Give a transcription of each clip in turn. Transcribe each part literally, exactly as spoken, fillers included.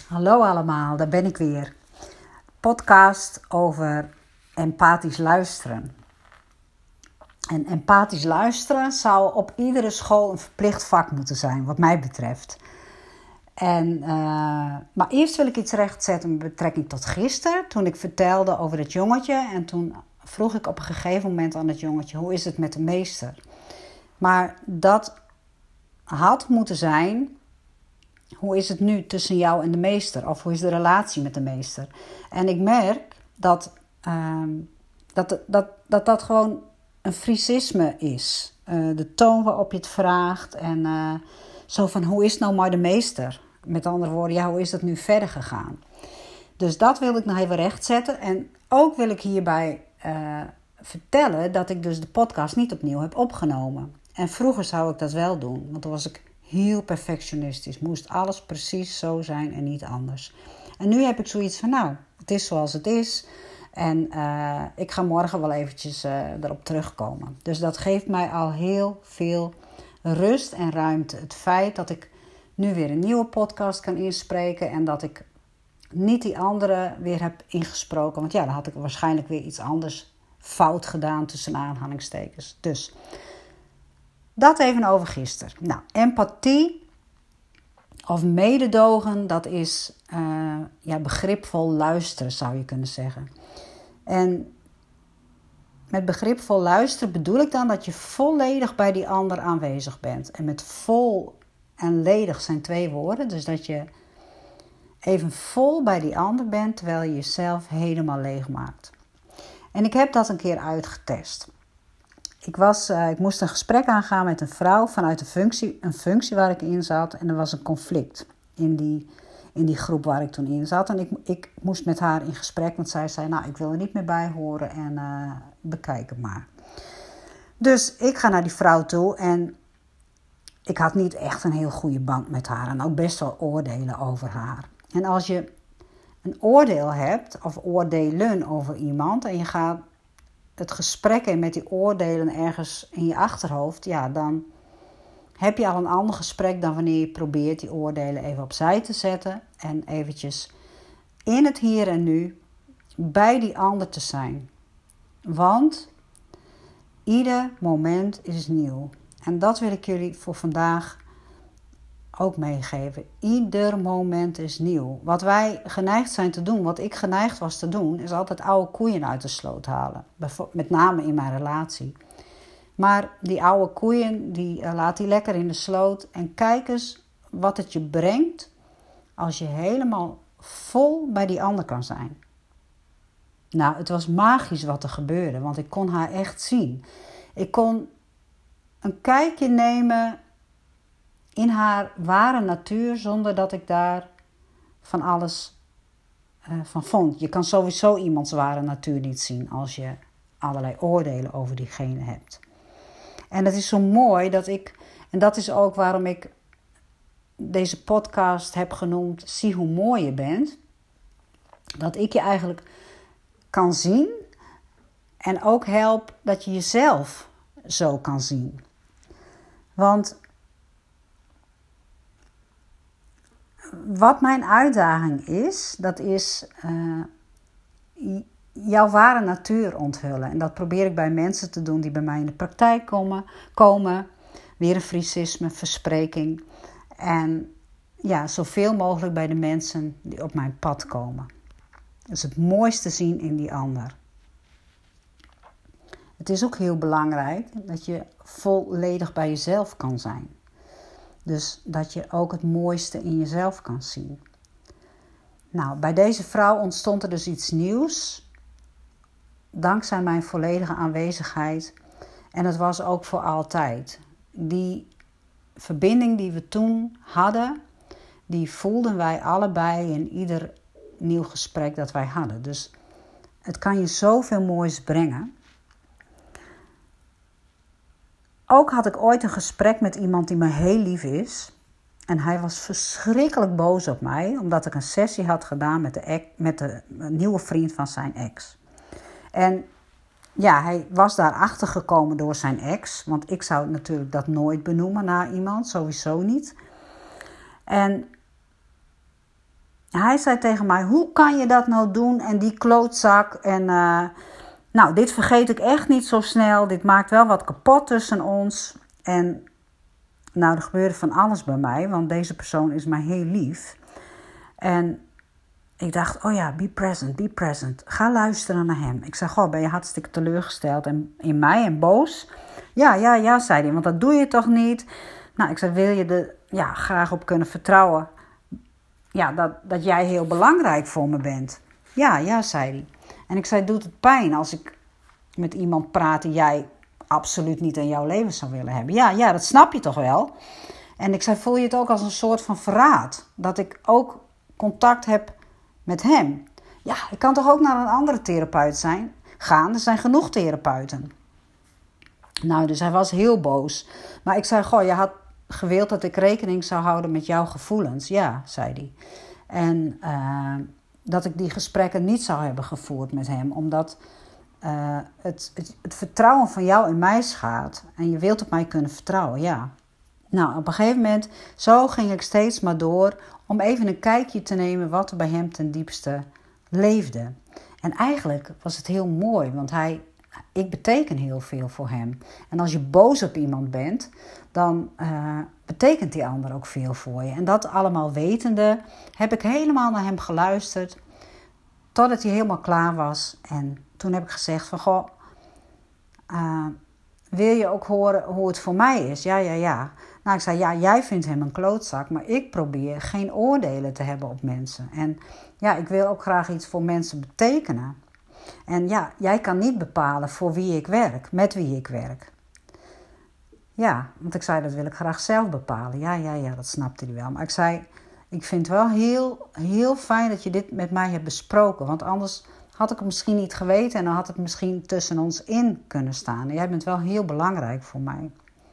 Hallo allemaal, daar ben ik weer. Podcast over empathisch luisteren. En empathisch luisteren zou op iedere school een verplicht vak moeten zijn, wat mij betreft. En, uh, maar eerst wil ik iets rechtzetten met betrekking tot gisteren, toen ik vertelde over het jongetje. En toen vroeg ik op een gegeven moment aan het jongetje, hoe is het met de meester? Maar dat had moeten zijn, hoe is het nu tussen jou en de meester? Of hoe is de relatie met de meester? En ik merk dat uh, dat, dat, dat dat gewoon een Friesisme is. Uh, de toon waarop je het vraagt. En uh, zo van, hoe is het nou maar de meester? Met andere woorden, ja, hoe is het nu verder gegaan? Dus dat wil ik nog even rechtzetten. En ook wil ik hierbij uh, vertellen dat ik dus de podcast niet opnieuw heb opgenomen. En vroeger zou ik dat wel doen, want toen was ik heel perfectionistisch. Moest alles precies zo zijn en niet anders. En nu heb ik zoiets van, nou, het is zoals het is. En uh, ik ga morgen wel eventjes uh, erop terugkomen. Dus dat geeft mij al heel veel rust en ruimte. Het feit dat ik nu weer een nieuwe podcast kan inspreken. En dat ik niet die andere weer heb ingesproken. Want ja, dan had ik waarschijnlijk weer iets anders fout gedaan tussen aanhalingstekens. Dus dat even over gisteren. Nou, empathie of mededogen, dat is uh, ja, begripvol luisteren, zou je kunnen zeggen. En met begripvol luisteren bedoel ik dan dat je volledig bij die ander aanwezig bent. En met vol en ledig zijn twee woorden. Dus dat je even vol bij die ander bent, terwijl je jezelf helemaal leeg maakt. En ik heb dat een keer uitgetest. Ik, was, uh, ik moest een gesprek aangaan met een vrouw vanuit een functie, een functie waar ik in zat. En er was een conflict in die, in die groep waar ik toen in zat. En ik, ik moest met haar in gesprek, want zij zei, nou, ik wil er niet meer bij horen en uh, bekijk het maar. Dus ik ga naar die vrouw toe en ik had niet echt een heel goede band met haar. En ook best wel oordelen over haar. En als je een oordeel hebt, of oordelen over iemand, en je gaat het gesprek in met die oordelen ergens in je achterhoofd, ja, dan heb je al een ander gesprek dan wanneer je probeert die oordelen even opzij te zetten en eventjes in het hier en nu bij die ander te zijn. Want ieder moment is nieuw. En dat wil ik jullie voor vandaag ook meegeven. Ieder moment is nieuw. Wat wij geneigd zijn te doen, wat ik geneigd was te doen, is altijd oude koeien uit de sloot halen. Met name in mijn relatie. Maar die oude koeien, die uh, laat die lekker in de sloot. En kijk eens wat het je brengt als je helemaal vol bij die ander kan zijn. Nou, het was magisch wat er gebeurde, want ik kon haar echt zien. Ik kon een kijkje nemen in haar ware natuur, zonder dat ik daar van alles uh, van vond. Je kan sowieso iemands ware natuur niet zien als je allerlei oordelen over diegene hebt. En het is zo mooi dat ik, en dat is ook waarom ik deze podcast heb genoemd, zie hoe mooi je bent. Dat ik je eigenlijk kan zien en ook help dat je jezelf zo kan zien. Want wat mijn uitdaging is, dat is uh, jouw ware natuur onthullen. En dat probeer ik bij mensen te doen die bij mij in de praktijk komen. komen. Weer een Friesisme, verspreking. En ja, zoveel mogelijk bij de mensen die op mijn pad komen. Dat is het mooiste zien in die ander. Het is ook heel belangrijk dat je volledig bij jezelf kan zijn. Dus dat je ook het mooiste in jezelf kan zien. Nou, bij deze vrouw ontstond er dus iets nieuws. Dankzij mijn volledige aanwezigheid. En het was ook voor altijd. Die verbinding die we toen hadden, die voelden wij allebei in ieder nieuw gesprek dat wij hadden. Dus het kan je zoveel moois brengen. Ook had ik ooit een gesprek met iemand die me heel lief is. En hij was verschrikkelijk boos op mij, omdat ik een sessie had gedaan met de, ex, met de nieuwe vriend van zijn ex. En ja, hij was daarachter gekomen door zijn ex. Want ik zou natuurlijk dat nooit benoemen naar iemand, sowieso niet. En Hij zei tegen mij, hoe kan je dat nou doen en die klootzak en... Uh, nou, dit vergeet ik echt niet zo snel. Dit maakt wel wat kapot tussen ons. En nou, er gebeurde van alles bij mij, want deze persoon is mij heel lief. En ik dacht, oh ja, be present, be present. Ga luisteren naar hem. Ik zei, goh, ben je hartstikke teleurgesteld en in mij en boos? Ja, ja, ja, zei hij, want dat doe je toch niet? Nou, ik zei, wil je er ja, graag op kunnen vertrouwen? Ja, dat, dat jij heel belangrijk voor me bent. Ja, ja, zei hij. En ik zei, doet het pijn als ik met iemand praat die jij absoluut niet in jouw leven zou willen hebben? Ja, ja, dat snap je toch wel? En ik zei, voel je het ook als een soort van verraad? Dat ik ook contact heb met hem? Ja, ik kan toch ook naar een andere therapeut zijn, gaan? Er zijn genoeg therapeuten. Nou, dus hij was heel boos. Maar ik zei, goh, je had gewild dat ik rekening zou houden met jouw gevoelens. Ja, zei hij. En uh, dat ik die gesprekken niet zou hebben gevoerd met hem. Omdat uh, het, het, het vertrouwen van jou in mij schaadt. En je wilt op mij kunnen vertrouwen, ja. Nou, op een gegeven moment, zo ging ik steeds maar door om even een kijkje te nemen wat er bij hem ten diepste leefde. En eigenlijk was het heel mooi, want hij, ik beteken heel veel voor hem. En als je boos op iemand bent, dan uh, betekent die ander ook veel voor je. En dat allemaal wetende, heb ik helemaal naar hem geluisterd, totdat hij helemaal klaar was. En toen heb ik gezegd van, goh, uh, wil je ook horen hoe het voor mij is? Ja, ja, ja. Nou, ik zei, ja, jij vindt hem een klootzak, maar ik probeer geen oordelen te hebben op mensen. En ja, ik wil ook graag iets voor mensen betekenen. En ja, jij kan niet bepalen voor wie ik werk, met wie ik werk. Ja, want ik zei, dat wil ik graag zelf bepalen. Ja, ja, ja, dat snapte hij wel. Maar ik zei, ik vind het wel heel, heel fijn dat je dit met mij hebt besproken. Want anders had ik het misschien niet geweten en dan had het misschien tussen ons in kunnen staan. En jij bent wel heel belangrijk voor mij.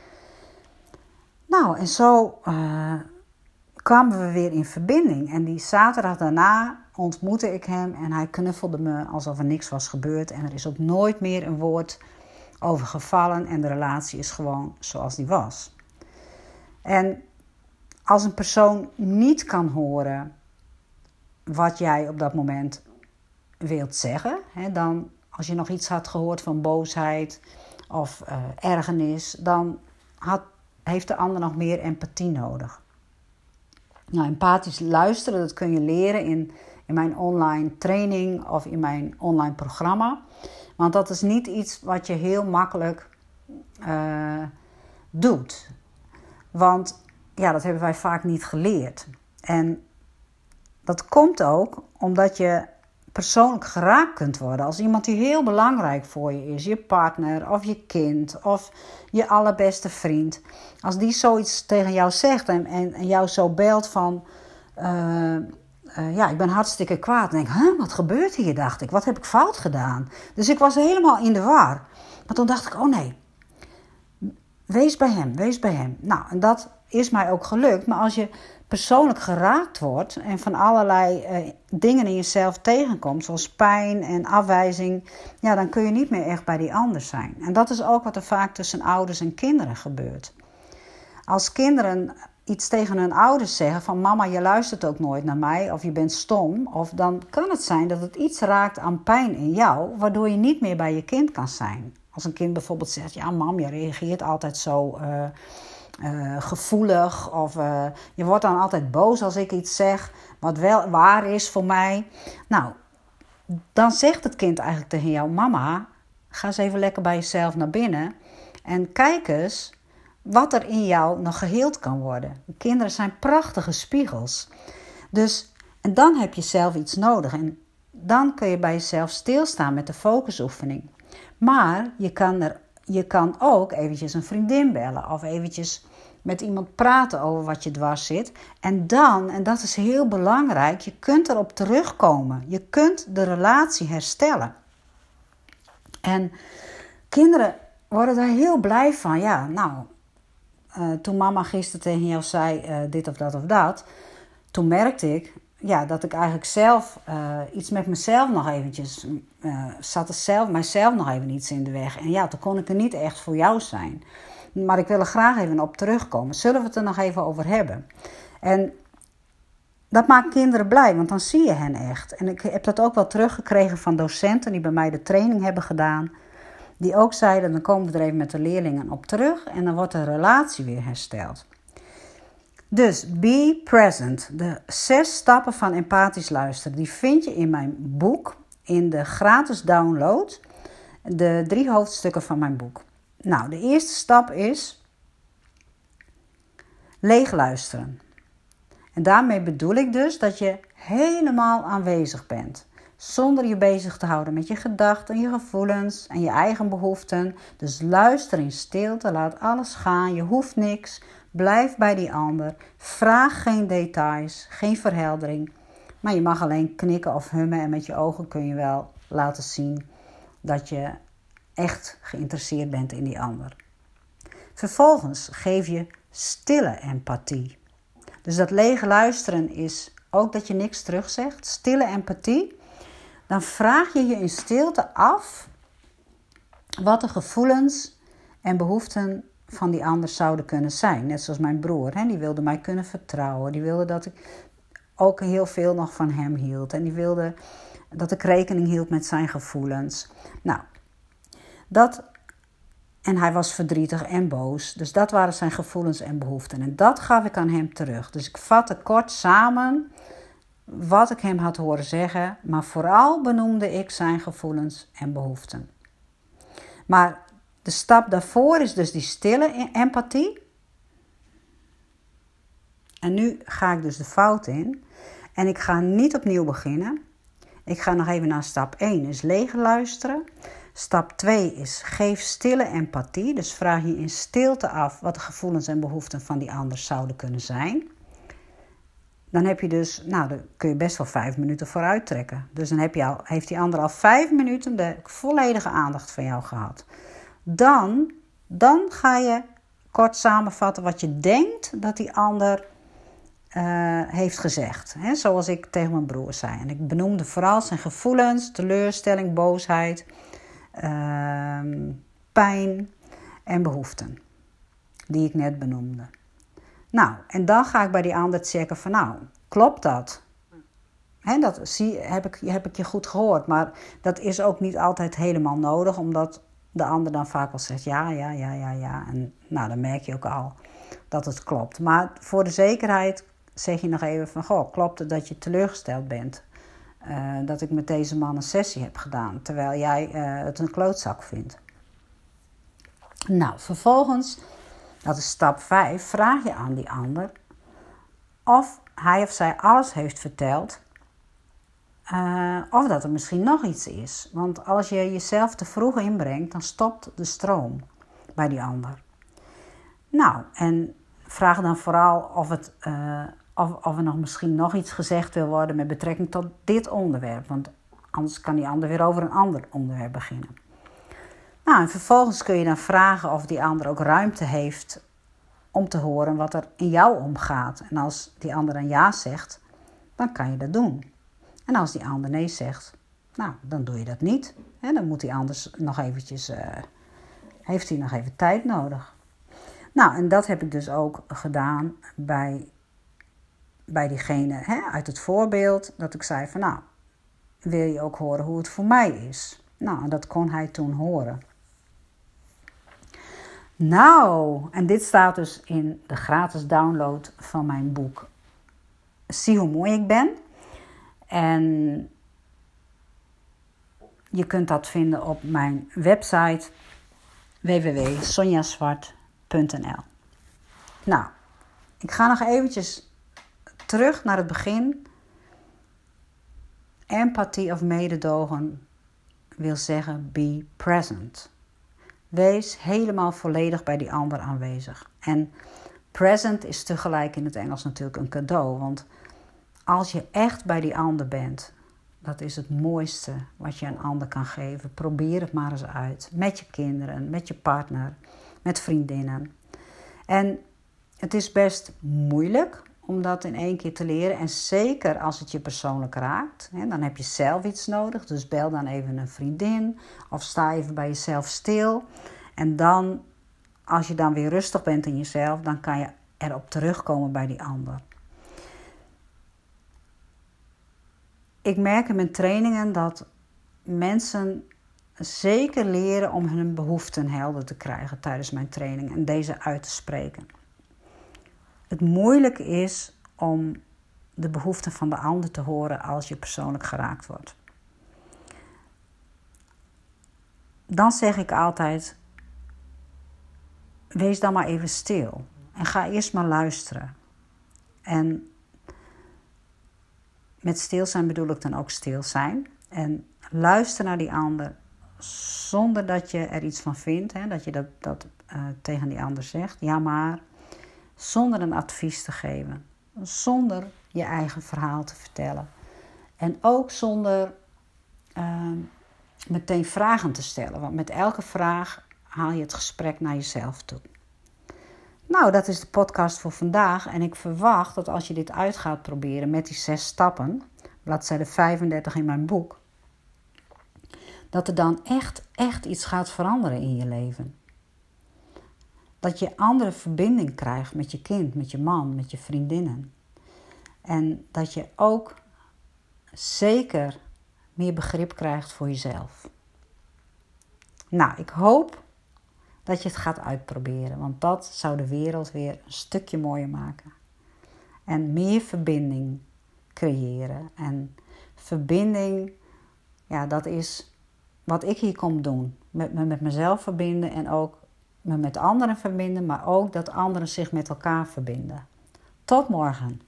Nou, en zo uh, kwamen we weer in verbinding. En die zaterdag daarna ontmoette ik hem en hij knuffelde me alsof er niks was gebeurd. En er is ook nooit meer een woord over gevallen en de relatie is gewoon zoals die was. En als een persoon niet kan horen wat jij op dat moment wilt zeggen, hè, dan als je nog iets had gehoord van boosheid of uh, ergernis, dan had heeft de ander nog meer empathie nodig. Nou, empathisch luisteren, dat kun je leren in, in mijn online training of in mijn online programma. Want dat is niet iets wat je heel makkelijk uh, doet. Want ja, dat hebben wij vaak niet geleerd. En dat komt ook omdat je persoonlijk geraakt kunt worden. Als iemand die heel belangrijk voor je is. Je partner of je kind of je allerbeste vriend. Als die zoiets tegen jou zegt en, en, en jou zo belt van... Uh, uh, ja, ik ben hartstikke kwaad. Dan denk ik, huh, wat gebeurt hier, dacht ik. Wat heb ik fout gedaan? Dus ik was helemaal in de war. Maar toen dacht ik, oh nee. Wees bij hem, wees bij hem. Nou, en dat is mij ook gelukt. Maar als je persoonlijk geraakt wordt en van allerlei uh, dingen in jezelf tegenkomt, zoals pijn en afwijzing, ja, dan kun je niet meer echt bij die ander zijn. En dat is ook wat er vaak tussen ouders en kinderen gebeurt. Als kinderen iets tegen hun ouders zeggen van mama, je luistert ook nooit naar mij of je bent stom, of dan kan het zijn dat het iets raakt aan pijn in jou, waardoor je niet meer bij je kind kan zijn. Als een kind bijvoorbeeld zegt, ja mam, je reageert altijd zo Uh, Uh, gevoelig of uh, je wordt dan altijd boos als ik iets zeg wat wel waar is voor mij. Nou, dan zegt het kind eigenlijk tegen jou, mama, ga eens even lekker bij jezelf naar binnen en kijk eens wat er in jou nog geheeld kan worden. Kinderen zijn prachtige spiegels. Dus, en dan heb je zelf iets nodig en dan kun je bij jezelf stilstaan met de focusoefening. Maar je kan er Je kan ook eventjes een vriendin bellen of eventjes met iemand praten over wat je dwars zit. En dan, en dat is heel belangrijk, je kunt erop terugkomen. Je kunt de relatie herstellen. En kinderen worden daar heel blij van. Ja, nou, uh, toen mama gisteren tegen jou zei uh, dit of dat of dat, toen merkte ik ja, dat ik eigenlijk zelf uh, iets met mezelf nog eventjes, uh, zat er zelf, mijzelf nog even iets in de weg. En ja, toen kon ik er niet echt voor jou zijn. Maar ik wil er graag even op terugkomen. Zullen we het er nog even over hebben? En dat maakt kinderen blij, want dan zie je hen echt. En ik heb dat ook wel teruggekregen van docenten die bij mij de training hebben gedaan. Die ook zeiden, dan komen we er even met de leerlingen op terug en dan wordt de relatie weer hersteld. Dus be present. De zes stappen van empathisch luisteren, die vind je in mijn boek, in de gratis download. De drie hoofdstukken van mijn boek. Nou, de eerste stap is leeg luisteren. En daarmee bedoel ik dus dat je helemaal aanwezig bent. Zonder je bezig te houden met je gedachten, je gevoelens en je eigen behoeften. Dus luister in stilte, laat alles gaan, je hoeft niks. Blijf bij die ander. Vraag geen details, geen verheldering. Maar je mag alleen knikken of hummen en met je ogen kun je wel laten zien dat je echt geïnteresseerd bent in die ander. Vervolgens geef je stille empathie. Dus dat lege luisteren is ook dat je niks terugzegt. Stille empathie. Dan vraag je je in stilte af wat de gevoelens en behoeften van die ander zouden kunnen zijn. Net zoals mijn broer. Hè? Die wilde mij kunnen vertrouwen. Die wilde dat ik ook heel veel nog van hem hield. En die wilde dat ik rekening hield met zijn gevoelens. Nou, dat... En hij was verdrietig en boos. Dus dat waren zijn gevoelens en behoeften. En dat gaf ik aan hem terug. Dus ik vatte kort samen wat ik hem had horen zeggen. Maar vooral benoemde ik zijn gevoelens en behoeften. Maar de stap daarvoor is dus die stille empathie. En nu ga ik dus de fout in. En ik ga niet opnieuw beginnen. Ik ga nog even naar stap één. Dus leeg luisteren. Stap twee is geef stille empathie. Dus vraag je in stilte af wat de gevoelens en behoeften van die ander zouden kunnen zijn. Dan heb je dus, nou, daar kun je best wel vijf minuten vooruit trekken. Dus dan heb je al, heeft die ander al vijf minuten de volledige aandacht van jou gehad. Dan, dan ga je kort samenvatten wat je denkt dat die ander uh, heeft gezegd. He, zoals ik tegen mijn broer zei. En ik benoemde vooral zijn gevoelens, teleurstelling, boosheid, uh, pijn en behoeften. Die ik net benoemde. Nou, en dan ga ik bij die ander checken van nou, klopt dat? He, dat zie, heb, ik, heb ik je goed gehoord. Maar dat is ook niet altijd helemaal nodig, omdat de ander dan vaak wel zegt ja, ja, ja, ja, ja. En nou, dan merk je ook al dat het klopt. Maar voor de zekerheid zeg je nog even van goh, klopt het dat je teleurgesteld bent? Uh, dat ik met deze man een sessie heb gedaan, terwijl jij uh, het een klootzak vindt. Nou, vervolgens, dat is stap vijf, vraag je aan die ander of hij of zij alles heeft verteld. Uh, of dat er misschien nog iets is. Want als je jezelf te vroeg inbrengt, dan stopt de stroom bij die ander. Nou, en vraag dan vooral of, het, uh, of, of er nog misschien nog iets gezegd wil worden met betrekking tot dit onderwerp. Want anders kan die ander weer over een ander onderwerp beginnen. Nou, en vervolgens kun je dan vragen of die ander ook ruimte heeft om te horen wat er in jou omgaat. En als die ander dan ja zegt, dan kan je dat doen. En als die ander nee zegt, nou, dan doe je dat niet. En dan moet die anders nog eventjes, uh, heeft hij nog even tijd nodig. Nou, en dat heb ik dus ook gedaan bij, bij diegene hè, uit het voorbeeld. Dat ik zei van nou, wil je ook horen hoe het voor mij is? Nou, en dat kon hij toen horen. Nou, en dit staat dus in de gratis download van mijn boek. Zie hoe mooi ik ben. En je kunt dat vinden op mijn website w w w punt sonja zwart punt n l. Nou, ik ga nog eventjes terug naar het begin. Empathie of mededogen wil zeggen be present. Wees helemaal volledig bij die ander aanwezig. En present is tegelijk in het Engels natuurlijk een cadeau. Want als je echt bij die ander bent, dat is het mooiste wat je een ander kan geven. Probeer het maar eens uit. Met je kinderen, met je partner, met vriendinnen. En het is best moeilijk om dat in één keer te leren. En zeker als het je persoonlijk raakt. Hè, dan heb je zelf iets nodig. Dus bel dan even een vriendin. Of sta even bij jezelf stil. En dan, als je dan weer rustig bent in jezelf, dan kan je erop terugkomen bij die ander. ik merk in mijn trainingen dat mensen zeker leren om hun behoeften helder te krijgen tijdens mijn training en deze uit te spreken. Het moeilijk is om de behoeften van de ander te horen als je persoonlijk geraakt wordt. Dan zeg ik altijd, wees dan maar even stil en ga eerst maar luisteren. En met stil zijn bedoel ik dan ook stil zijn en luister naar die ander zonder dat je er iets van vindt, hè, dat je dat, dat uh, tegen die ander zegt. Ja, maar zonder een advies te geven, zonder je eigen verhaal te vertellen en ook zonder uh, meteen vragen te stellen, want met elke vraag haal je het gesprek naar jezelf toe. Nou, dat is de podcast voor vandaag en ik verwacht dat als je dit uit gaat proberen met die zes stappen, bladzijde vijfendertig in mijn boek, dat er dan echt, echt iets gaat veranderen in je leven. Dat je andere verbinding krijgt met je kind, met je man, met je vriendinnen. En dat je ook zeker meer begrip krijgt voor jezelf. Nou, ik hoop dat je het gaat uitproberen, want dat zou de wereld weer een stukje mooier maken. En meer verbinding creëren. En verbinding, ja, dat is wat ik hier kom doen. Met me met mezelf verbinden en ook me met anderen verbinden, maar ook dat anderen zich met elkaar verbinden. Tot morgen.